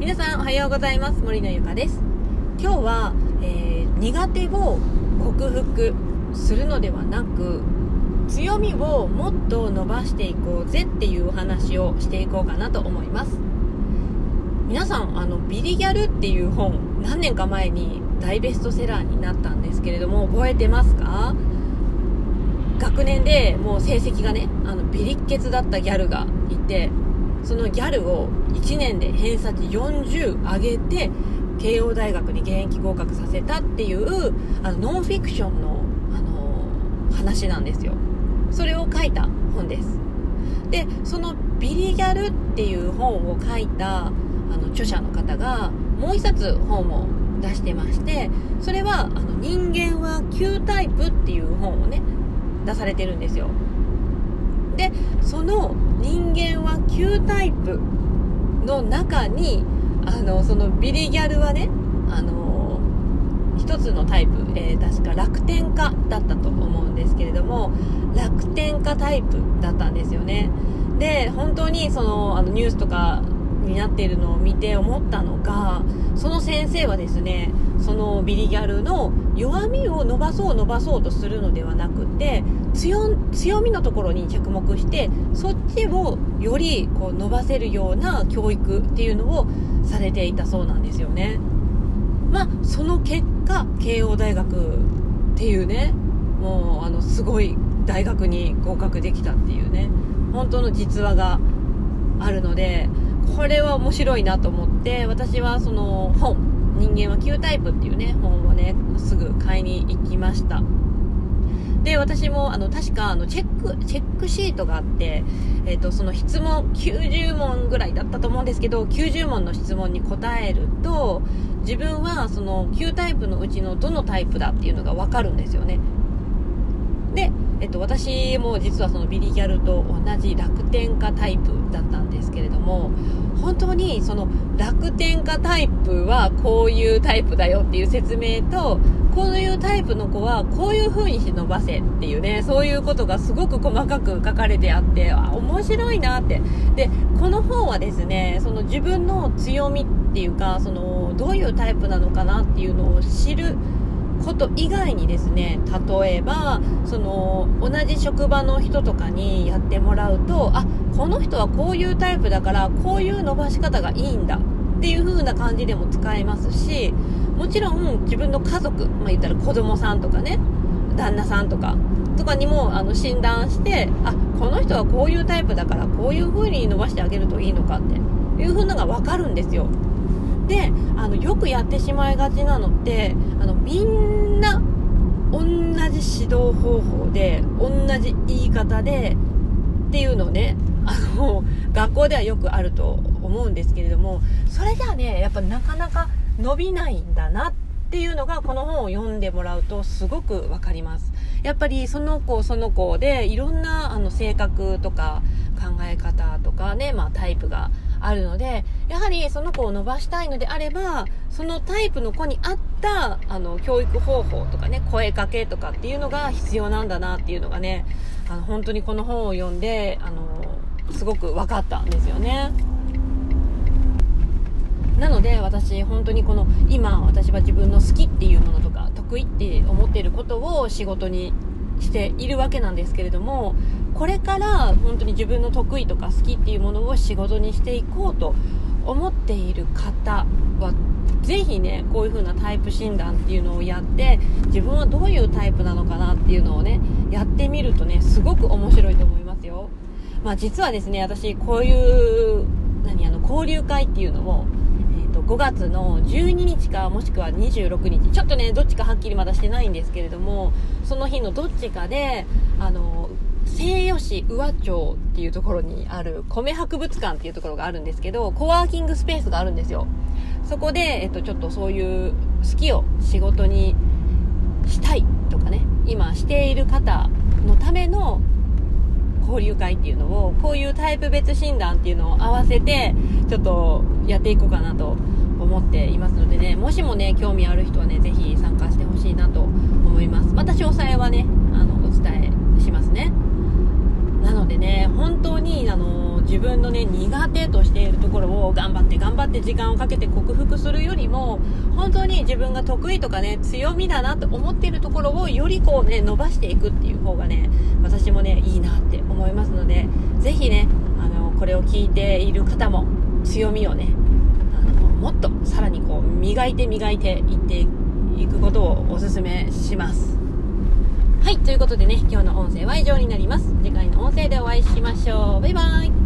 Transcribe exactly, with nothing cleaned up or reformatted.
皆さんおはようございます。森のゆかです。今日は、えー、苦手を克服するのではなく強みをもっと伸ばしていこうぜっていうお話をしていこうかなと思います。皆さんあのビリギャルっていう本何年か前に大ベストセラーになったんですけれども、覚えてますか？学年でもう成績がねあのビリッケツだったギャルがいて、そのギャルをいちねんで偏差値よんじゅう上げて慶応大学に現役合格させたっていうあのノンフィクションの、あのー、話なんですよ。それを書いた本です。でそのビリギャルっていう本を書いたあの著者の方がもう一冊本を出してまして、それはあの人間はきゅうタイプっていう本をね出されてるんですよ。でその人間はきゅうタイプの中にあのそのビリギャルはねあの一つのタイプ、えー、確か楽天家だったと思うんですけれども、楽天家タイプだったんですよね。で本当にそのあのニュースとかになっているのを見て思ったのが、その先生はですねそのビリギャルの弱みを伸ばそう伸ばそうとするのではなくて 強, 強みのところに着目してそっちをよりこう伸ばせるような教育っていうのをされていたそうなんですよね。まあその結果慶応大学っていうねもうあのすごい大学に合格できたっていうね本当の実話があるので、これは面白いなと思って私はその本人間はきゅうタイプっていうね本をねすぐ買いに行きました。で私もあの確かあのチェックチェックシートがあって、えーと、その質問きゅうじゅうもんぐらいだったと思うんですけど、きゅうじゅうもんの質問に答えると自分はそのきゅうタイプのうちのどのタイプだっていうのが分かるんですよね。で、えっと、私も実はそのビリギャルと同じ楽天家タイプだったんですけれども、本当にその楽天家タイプはこういうタイプだよっていう説明と、こういうタイプの子はこういう風にして伸ばせっていうね、そういうことがすごく細かく書かれてあって、あ、面白いなって。でこの本はですねその自分の強みっていうかそのどういうタイプなのかなっていうのを知ること以外にですね、例えばその同じ職場の人とかにやってもらうと、あ、この人はこういうタイプだからこういう伸ばし方がいいんだっていう風な感じでも使えますし、もちろん自分の家族、まあ、言ったら子供さんとかね旦那さんとかとかにもあの診断して、あ、この人はこういうタイプだからこういう風に伸ばしてあげるといいのかっていう風なのが分かるんですよ。であのよくやってしまいがちなのってあのみんな同じ指導方法で同じ言い方でっていうのをねあの学校ではよくあると思うんですけれども、それじゃあねやっぱなかなか伸びないんだなっていうのがこの本を読んでもらうとすごくわかります。やっぱりその子その子でいろんなあの性格とか考え方とかね、まあ、タイプがあるので、やはりその子を伸ばしたいのであればそのタイプの子に合ったあの教育方法とかね声かけとかっていうのが必要なんだなっていうのがねあの本当にこの本を読んであのすごく分かったんですよね。なので私本当にこの今私は自分の好きっていうものとか得意って思っていることを仕事にしているわけなんですけれども、これから本当に自分の得意とか好きっていうものを仕事にしていこうと思っている方はぜひねこういう風なタイプ診断っていうのをやって自分はどういうタイプなのかなっていうのをねやってみるとねすごく面白いと思いますよ。まあ実はですね私こういう何あの交流会っていうのもごがつのじゅうににちかもしくはにじゅうろくにちちょっとねどっちかはっきりまだしてないんですけれども、その日のどっちかであの西予市宇和町っていうところにある米博物館っていうところがあるんですけど、コワーキングスペースがあるんですよ。そこで、えっと、ちょっとそういう好きを仕事にしたいとかね今している方のための交流会っていうのをこういうタイプ別診断っていうのを合わせてちょっとやっていこうかなと思っていますのでね、もしもね興味ある人はねぜひ参加してほしいなと思います。また詳細はねあのお伝えしますね。なのでね本当にあの自分のね苦手としているところを頑張って頑張っって時間をかけて克服するよりも、本当に自分が得意とかね、強みだなと思っているところをよりこうね伸ばしていくっていう方がね、私もねいいなって思いますので、ぜひねあのこれを聞いている方も強みをねあのもっとさらにこう磨いて磨いていっていくことをお勧めします。はい、ということでね、今日の音声は以上になります。次回の音声でお会いしましょう。バイバイ。